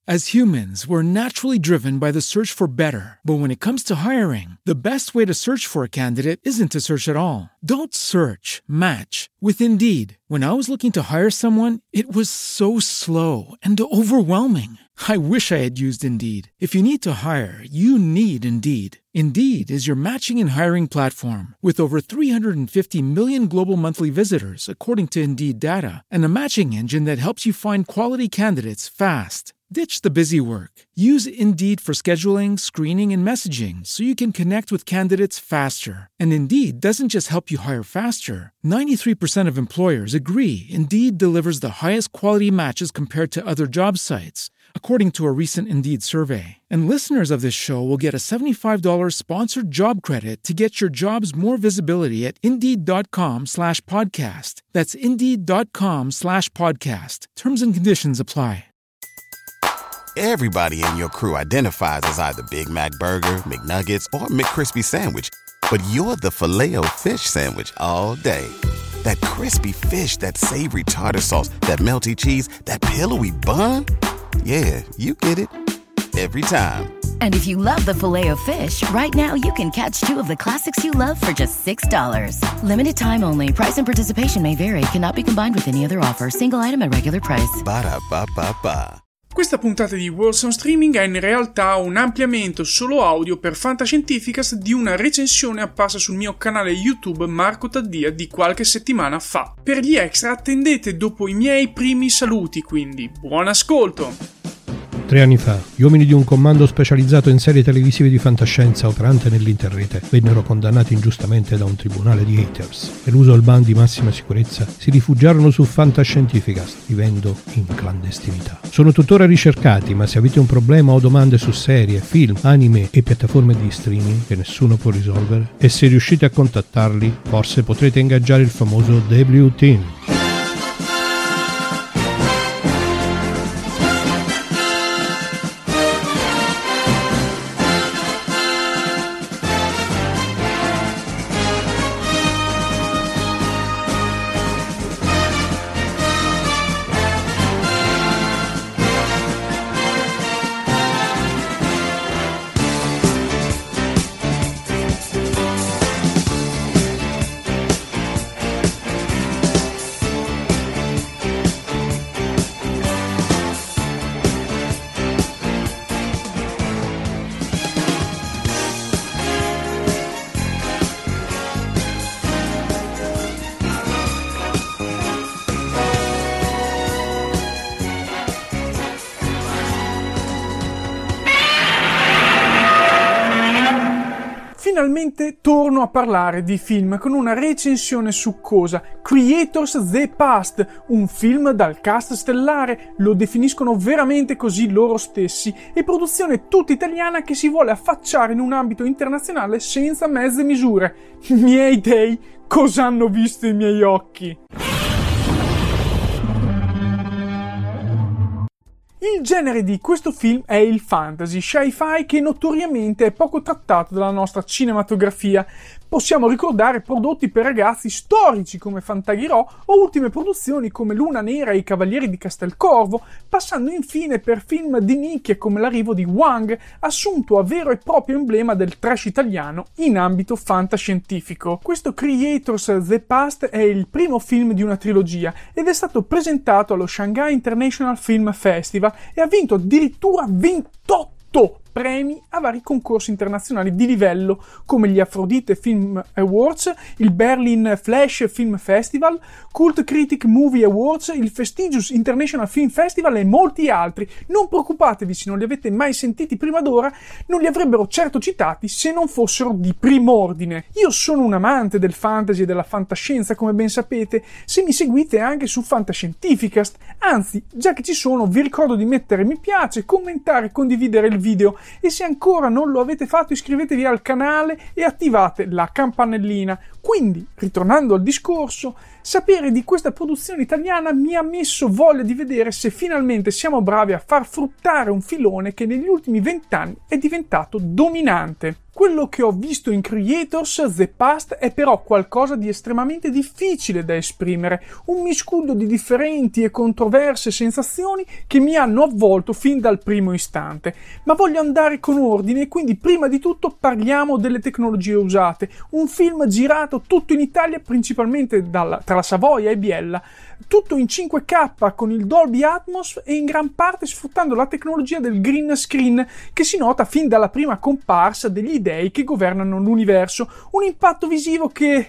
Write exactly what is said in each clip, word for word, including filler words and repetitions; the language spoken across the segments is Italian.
As humans, we're naturally driven by the search for better. But when it comes to hiring, the best way to search for a candidate isn't to search at all. Don't search, match with Indeed. When I was looking to hire someone, it was so slow and overwhelming. I wish I had used Indeed. If you need to hire, you need Indeed. Indeed is your matching and hiring platform with over three hundred fifty million global monthly visitors, according to Indeed data, and a matching engine that helps you find quality candidates fast. Ditch the busy work. Use Indeed for scheduling, screening, and messaging so you can connect with candidates faster. And Indeed doesn't just help you hire faster. ninety-three percent of employers agree Indeed delivers the highest quality matches compared to other job sites, according to a recent Indeed survey. And listeners of this show will get a seventy-five dollars sponsored job credit to get your jobs more visibility at Indeed.com slash podcast. That's Indeed.com slash podcast. Terms and conditions apply. Everybody in your crew identifies as either Big Mac Burger, McNuggets, or McCrispy Sandwich. But you're the Filet-O-Fish Sandwich all day. That crispy fish, that savory tartar sauce, that melty cheese, that pillowy bun. Yeah, you get it. Every time. And if you love the Filet-O-Fish, right now you can catch two of the classics you love for just six dollars. Limited time only. Price and participation may vary. Cannot be combined with any other offer. Single item at regular price. Ba-da-ba-ba-ba. Questa puntata di Worlds on Streaming è in realtà un ampliamento solo audio per Fantascientificast di una recensione apparsa sul mio canale YouTube Marco Taddia di qualche settimana fa. Per gli extra attendete dopo i miei primi saluti, quindi buon ascolto! Tre anni fa, gli uomini di un comando specializzato in serie televisive di fantascienza operante nell'interrete vennero condannati ingiustamente da un tribunale di haters. Eluso il ban di massima sicurezza, si rifugiarono su Fantascientificast, vivendo in clandestinità. Sono tuttora ricercati, ma se avete un problema o domande su serie, film, anime e piattaforme di streaming che nessuno può risolvere, e se riuscite a contattarli, forse potrete ingaggiare il famoso W Team. Finalmente torno a parlare di film con una recensione succosa. Creators The Past, un film dal cast stellare, lo definiscono veramente così loro stessi, e produzione tutta italiana che si vuole affacciare in un ambito internazionale senza mezze misure. Miei dei, cosa hanno visto i miei occhi? Il genere di questo film è il fantasy, sci-fi, che notoriamente è poco trattato dalla nostra cinematografia. Possiamo ricordare prodotti per ragazzi storici come Fantaghirò o ultime produzioni come Luna Nera e i Cavalieri di Castelcorvo, passando infine per film di nicchia come L'arrivo di Wang, assunto a vero e proprio emblema del trash italiano in ambito fantascientifico. Questo Creators The Past è il primo film di una trilogia ed è stato presentato allo Shanghai International Film Festival e ha vinto addirittura ventotto premi a vari concorsi internazionali di livello come gli Aphrodite Film Awards, il Berlin Flash Film Festival, Cult Critic Movie Awards, il Prestigious International Film Festival e molti altri. Non preoccupatevi se non li avete mai sentiti prima d'ora, non li avrebbero certo citati se non fossero di prim'ordine. Io sono un amante del fantasy e della fantascienza, come ben sapete, se mi seguite anche su Fantascientificast. Anzi, già che ci sono, vi ricordo di mettere mi piace, commentare e condividere il video e se ancora non lo avete fatto iscrivetevi al canale e attivate la campanellina. Quindi, ritornando al discorso, sapere di questa produzione italiana mi ha messo voglia di vedere se finalmente siamo bravi a far fruttare un filone che negli ultimi vent'anni è diventato dominante. Quello che ho visto in Creators The Past è però qualcosa di estremamente difficile da esprimere, un miscuglio di differenti e controverse sensazioni che mi hanno avvolto fin dal primo istante. Ma voglio andare con ordine e quindi prima di tutto parliamo delle tecnologie usate. Un film girato tutto in Italia, principalmente dalla, tra la Savoia e Biella, tutto in cinque K con il Dolby Atmos e in gran parte sfruttando la tecnologia del green screen che si nota fin dalla prima comparsa degli dei che governano l'universo, un impatto visivo che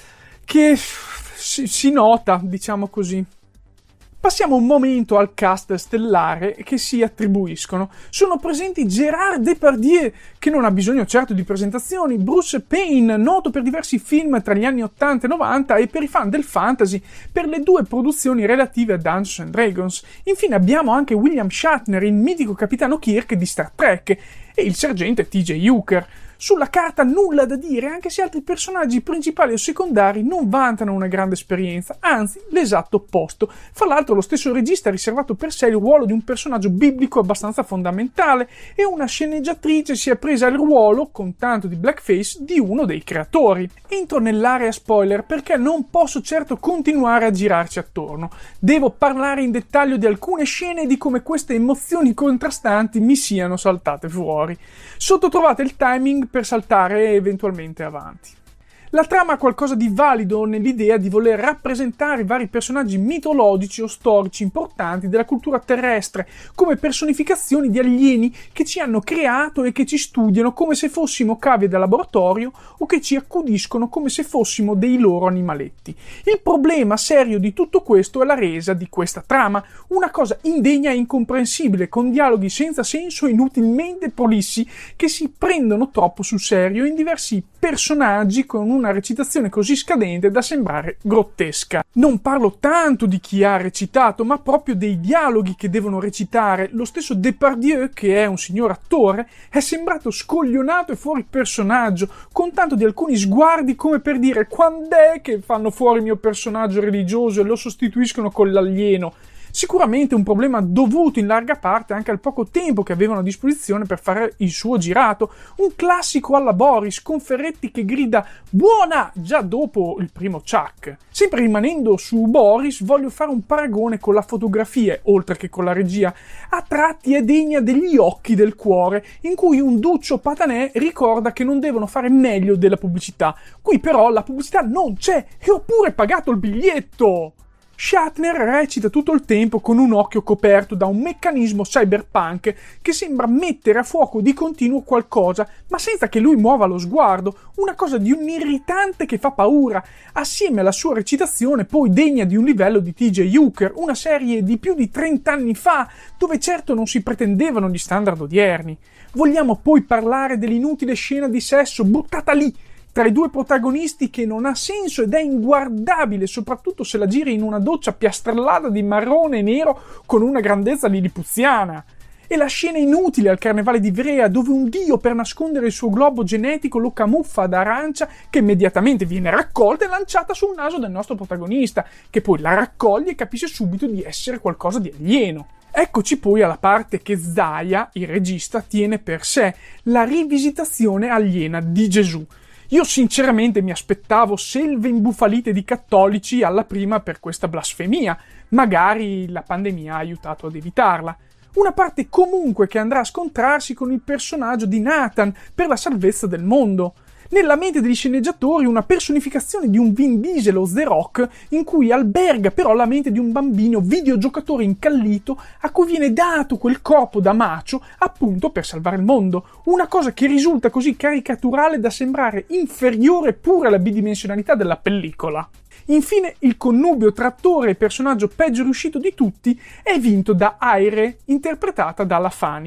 che si, si nota, diciamo così. Passiamo un momento al cast stellare che si attribuiscono. Sono presenti Gérard Depardieu, che non ha bisogno certo di presentazioni, Bruce Payne, noto per diversi film tra gli anni ottanta e novanta e per i fan del fantasy, per le due produzioni relative a Dungeons and Dragons. Infine abbiamo anche William Shatner, il mitico capitano Kirk di Star Trek, e il sergente T J Hooker. Sulla carta nulla da dire, anche se altri personaggi principali o secondari non vantano una grande esperienza, anzi l'esatto opposto. Fra l'altro lo stesso regista ha riservato per sé il ruolo di un personaggio biblico abbastanza fondamentale e una sceneggiatrice si è presa il ruolo, con tanto di blackface, di uno dei creatori. Entro nell'area spoiler perché non posso certo continuare a girarci attorno. Devo parlare in dettaglio di alcune scene e di come queste emozioni contrastanti mi siano saltate fuori. Sotto trovate il timing per saltare eventualmente avanti. La trama ha qualcosa di valido nell'idea di voler rappresentare vari personaggi mitologici o storici importanti della cultura terrestre come personificazioni di alieni che ci hanno creato e che ci studiano come se fossimo cavie da laboratorio o che ci accudiscono come se fossimo dei loro animaletti. Il problema serio di tutto questo è la resa di questa trama, una cosa indegna e incomprensibile, con dialoghi senza senso e inutilmente prolissi che si prendono troppo sul serio in diversi personaggi con una recitazione così scadente da sembrare grottesca. Non parlo tanto di chi ha recitato, ma proprio dei dialoghi che devono recitare. Lo stesso Depardieu, che è un signor attore, è sembrato scoglionato e fuori personaggio, con tanto di alcuni sguardi come per dire: quand'è che fanno fuori il mio personaggio religioso e lo sostituiscono con l'alieno? Sicuramente un problema dovuto in larga parte anche al poco tempo che avevano a disposizione per fare il suo girato. Un classico alla Boris, con Ferretti che grida "buona" già dopo il primo Chuck. Sempre rimanendo su Boris, voglio fare un paragone con la fotografia, oltre che con la regia. A tratti è degna degli Occhi del cuore, in cui un Duccio Patanè ricorda che non devono fare meglio della pubblicità. Qui però la pubblicità non c'è e ho pure pagato il biglietto! Shatner recita tutto il tempo con un occhio coperto da un meccanismo cyberpunk che sembra mettere a fuoco di continuo qualcosa, ma senza che lui muova lo sguardo, una cosa di un irritante che fa paura, assieme alla sua recitazione poi degna di un livello di T J Hooker, una serie di più di trenta anni fa, dove certo non si pretendevano gli standard odierni. Vogliamo poi parlare dell'inutile scena di sesso buttata lì, tra i due protagonisti, che non ha senso ed è inguardabile, soprattutto se la giri in una doccia piastrellata di marrone e nero con una grandezza lilipuziana. E la scena inutile al carnevale di Ivrea, dove un dio per nascondere il suo globo genetico lo camuffa da arancia, che immediatamente viene raccolta e lanciata sul naso del nostro protagonista, che poi la raccoglie e capisce subito di essere qualcosa di alieno. Eccoci poi alla parte che Zaya, il regista, tiene per sé, la rivisitazione aliena di Gesù. Io sinceramente mi aspettavo selve imbufalite di cattolici alla prima per questa blasfemia, magari la pandemia ha aiutato ad evitarla. Una parte comunque che andrà a scontrarsi con il personaggio di Nathan per la salvezza del mondo. Nella mente degli sceneggiatori una personificazione di un Vin Diesel o The Rock, in cui alberga però la mente di un bambino videogiocatore incallito a cui viene dato quel corpo da macio appunto per salvare il mondo. Una cosa che risulta così caricaturale da sembrare inferiore pure alla bidimensionalità della pellicola. Infine, il connubio tra attore e personaggio peggio riuscito di tutti è vinto da Aire, interpretata da La Fani.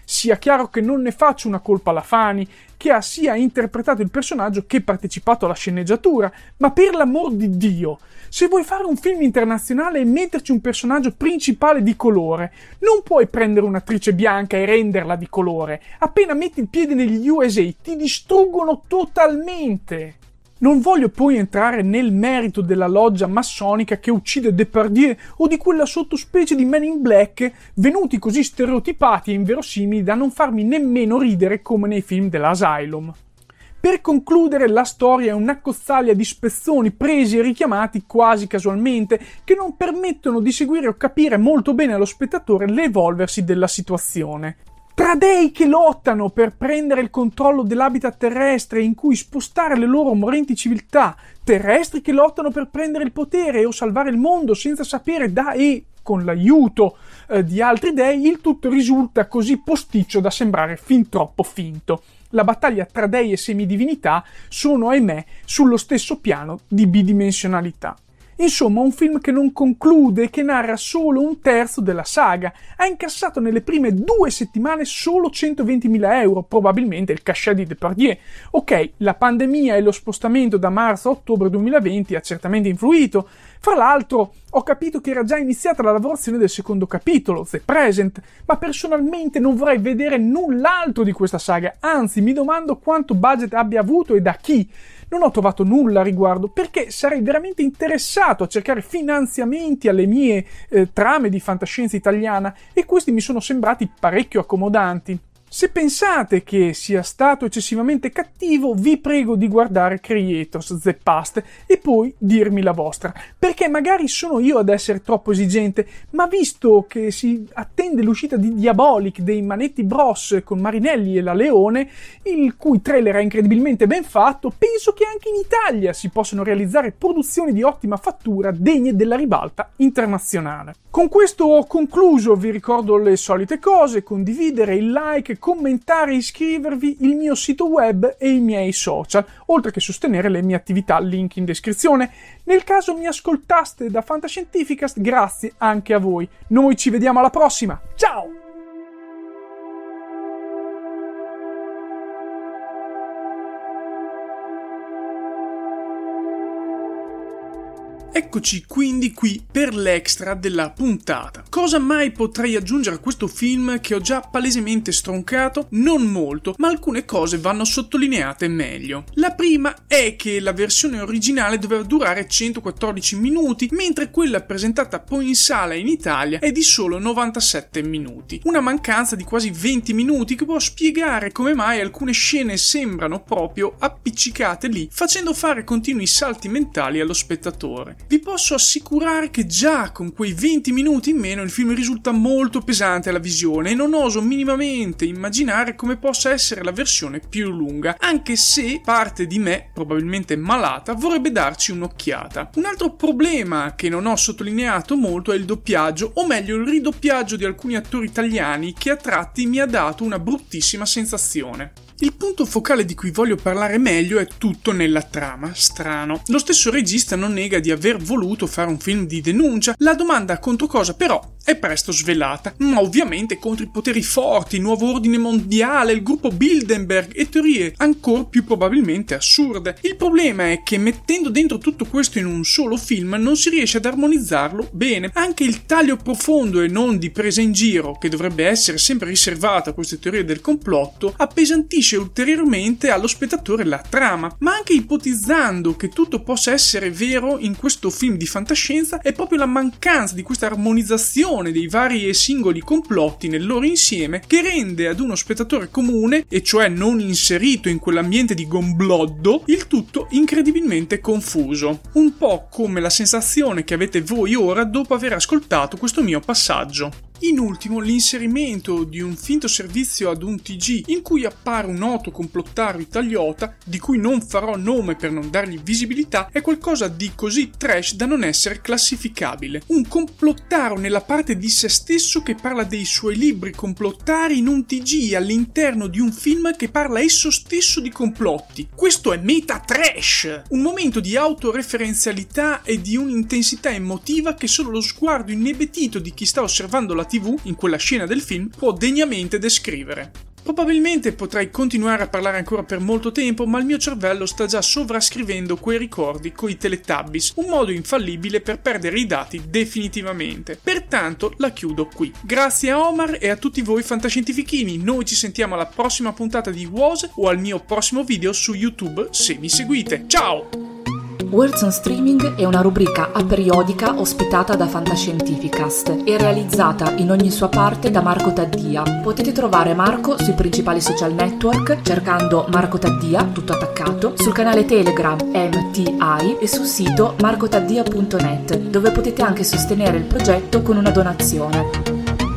Sia chiaro che non ne faccio una colpa alla Fani, che ha sia interpretato il personaggio che partecipato alla sceneggiatura, ma per l'amor di Dio, se vuoi fare un film internazionale e metterci un personaggio principale di colore, non puoi prendere un'attrice bianca e renderla di colore. Appena metti il piede negli U S A ti distruggono totalmente. Non voglio poi entrare nel merito della loggia massonica che uccide Depardieu o di quella sottospecie di Men in Black venuti così stereotipati e inverosimili da non farmi nemmeno ridere come nei film dell'Asylum. Per concludere, la storia è un'accozzaglia di spezzoni presi e richiamati quasi casualmente che non permettono di seguire o capire molto bene allo spettatore l'evolversi della situazione. Tra dei che lottano per prendere il controllo dell'habitat terrestre in cui spostare le loro morenti civiltà, terrestri che lottano per prendere il potere o salvare il mondo senza sapere da e con l'aiuto eh, di altri dei, il tutto risulta così posticcio da sembrare fin troppo finto. La battaglia tra dei e semidivinità sono, ahimè, sullo stesso piano di bidimensionalità. Insomma, un film che non conclude e che narra solo un terzo della saga. Ha incassato nelle prime due settimane solo centoventimila euro, probabilmente il cachet di Depardieu. Ok, la pandemia e lo spostamento da marzo a ottobre duemilaventi ha certamente influito. Fra l'altro, ho capito che era già iniziata la lavorazione del secondo capitolo, The Present, ma personalmente non vorrei vedere null'altro di questa saga, anzi mi domando quanto budget abbia avuto e da chi. Non ho trovato nulla a riguardo, perché sarei veramente interessato a cercare finanziamenti alle mie eh, trame di fantascienza italiana e questi mi sono sembrati parecchio accomodanti. Se pensate che sia stato eccessivamente cattivo, vi prego di guardare Creators The Past e poi dirmi la vostra, perché magari sono io ad essere troppo esigente, ma visto che si attende l'uscita di Diabolic dei Manetti Bros con Marinelli e la Leone, il cui trailer è incredibilmente ben fatto, penso che anche in Italia si possano realizzare produzioni di ottima fattura degne della ribalta internazionale. Con questo ho concluso, vi ricordo le solite cose: condividere, il like, commentare, iscrivervi, il mio sito web e i miei social, oltre che sostenere le mie attività, link in descrizione. Nel caso mi ascoltaste da Fantascientificast, grazie anche a voi. Noi ci vediamo alla prossima, ciao! Eccoci quindi qui per l'extra della puntata. Cosa mai potrei aggiungere a questo film che ho già palesemente stroncato? Non molto, ma alcune cose vanno sottolineate meglio. La prima è che la versione originale doveva durare centoquattordici minuti, mentre quella presentata poi in sala in Italia è di solo novantasette minuti. Una mancanza di quasi venti minuti che può spiegare come mai alcune scene sembrano proprio appiccicate lì, facendo fare continui salti mentali allo spettatore. Vi posso assicurare che già con quei venti minuti in meno il film risulta molto pesante alla visione e non oso minimamente immaginare come possa essere la versione più lunga, anche se parte di me, probabilmente malata, vorrebbe darci un'occhiata. Un altro problema che non ho sottolineato molto è il doppiaggio, o meglio il ridoppiaggio di alcuni attori italiani che a tratti mi ha dato una bruttissima sensazione. Il punto focale di cui voglio parlare meglio è tutto nella trama. Strano. Lo stesso regista non nega di aver voluto fare un film di denuncia. La domanda contro cosa però è presto svelata, ma ovviamente contro i poteri forti, il nuovo ordine mondiale, il gruppo Bilderberg e teorie ancora più probabilmente assurde. Il problema è che mettendo dentro tutto questo in un solo film non si riesce ad armonizzarlo bene. Anche il taglio profondo e non di presa in giro, che dovrebbe essere sempre riservato a queste teorie del complotto, appesantisce ulteriormente allo spettatore la trama, ma anche ipotizzando che tutto possa essere vero in questo film di fantascienza è proprio la mancanza di questa armonizzazione dei vari e singoli complotti nel loro insieme che rende ad uno spettatore comune, e cioè non inserito in quell'ambiente di gombloddo, il tutto incredibilmente confuso. Un po' come la sensazione che avete voi ora dopo aver ascoltato questo mio passaggio. In ultimo, l'inserimento di un finto servizio ad un T G in cui appare un noto complottaro italiota, di cui non farò nome per non dargli visibilità, è qualcosa di così trash da non essere classificabile. Un complottaro nella parte di se stesso che parla dei suoi libri complottari in un T G all'interno di un film che parla esso stesso di complotti. Questo è meta trash! Un momento di autoreferenzialità e di un'intensità emotiva che solo lo sguardo inebetito di chi sta osservando la tivù in quella scena del film può degnamente descrivere. Probabilmente potrei continuare a parlare ancora per molto tempo, ma il mio cervello sta già sovrascrivendo quei ricordi coi Teletubbies, un modo infallibile per perdere i dati definitivamente. Pertanto la chiudo qui. Grazie a Omar e a tutti voi fantascientifichini, noi ci sentiamo alla prossima puntata di W O S o al mio prossimo video su YouTube se mi seguite. Ciao! Words on Streaming è una rubrica aperiodica ospitata da Fantascientificast e realizzata in ogni sua parte da Marco Taddia. Potete trovare Marco sui principali social network cercando Marco Taddia, tutto attaccato, sul canale Telegram M T I e sul sito marcotaddia punto net, dove potete anche sostenere il progetto con una donazione.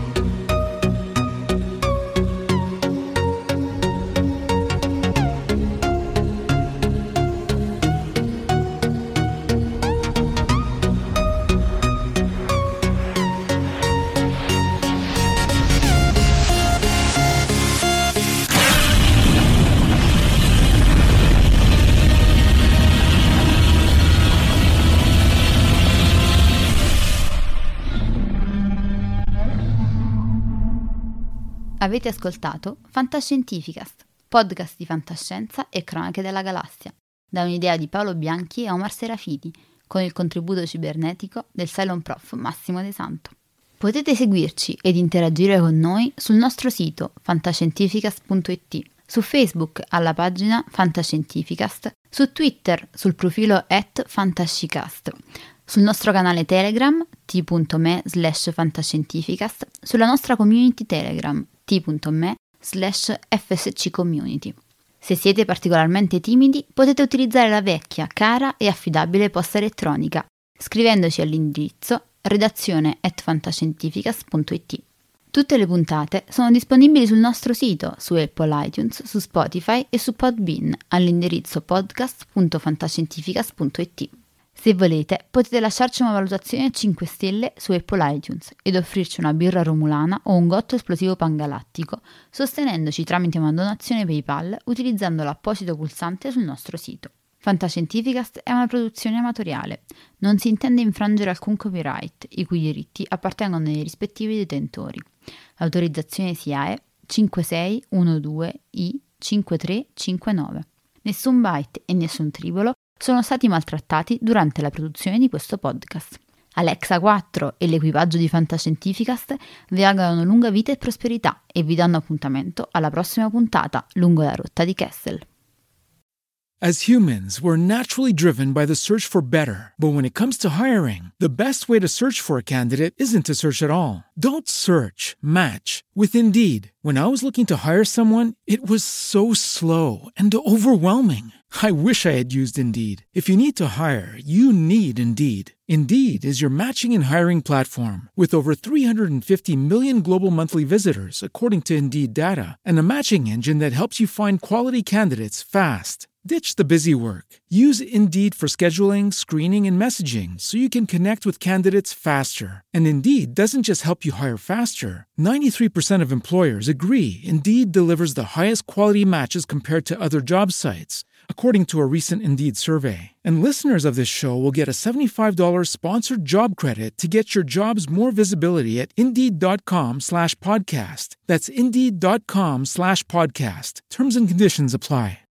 Avete ascoltato Fantascientificast, podcast di fantascienza e cronache della galassia, da un'idea di Paolo Bianchi e Omar Serafiti, con il contributo cibernetico del Cylon Prof Massimo De Santo. Potete seguirci ed interagire con noi sul nostro sito fantascientificast punto it, su Facebook alla pagina Fantascientificast, su Twitter sul profilo at fantascicast, sul nostro canale Telegram t.me slash fantascientificast, sulla nostra community Telegram t.me slash fsccommunity. Se siete particolarmente timidi, potete utilizzare la vecchia, cara e affidabile posta elettronica, scrivendoci all'indirizzo redazione at fantascientificast punto it. Tutte le puntate sono disponibili sul nostro sito, su Apple iTunes, su Spotify e su Podbean, all'indirizzo podcast punto fantascientificast punto it. Se volete, potete lasciarci una valutazione a cinque stelle su Apple iTunes ed offrirci una birra romulana o un gotto esplosivo pangalattico, sostenendoci tramite una donazione PayPal utilizzando l'apposito pulsante sul nostro sito. Fantascientificast è una produzione amatoriale. Non si intende infrangere alcun copyright, i cui diritti appartengono ai rispettivi detentori. L'autorizzazione S I A E cinque sei uno due I cinque tre cinque nove. Nessun byte e nessun tribolo sono stati maltrattati durante la produzione di questo podcast. Alexa quattro e l'equipaggio di Fantascientificast vi augurano lunga vita e prosperità e vi danno appuntamento alla prossima puntata lungo la rotta di Kessel. As humans, we're naturally driven by the search for better. But when it comes to hiring, the best way to search for a candidate isn't to search at all. Don't search, match with Indeed. When I was looking to hire someone, it was so slow and overwhelming. I wish I had used Indeed. If you need to hire, you need Indeed. Indeed is your matching and hiring platform with over three hundred fifty million global monthly visitors, according to Indeed data, and a matching engine that helps you find quality candidates fast. Ditch the busy work. Use Indeed for scheduling, screening, and messaging so you can connect with candidates faster. And Indeed doesn't just help you hire faster. ninety-three percent of employers agree Indeed delivers the highest quality matches compared to other job sites, according to a recent Indeed survey. And listeners of this show will get a seventy-five dollars sponsored job credit to get your jobs more visibility at Indeed.com slash podcast. That's Indeed.com slash podcast. Terms and conditions apply.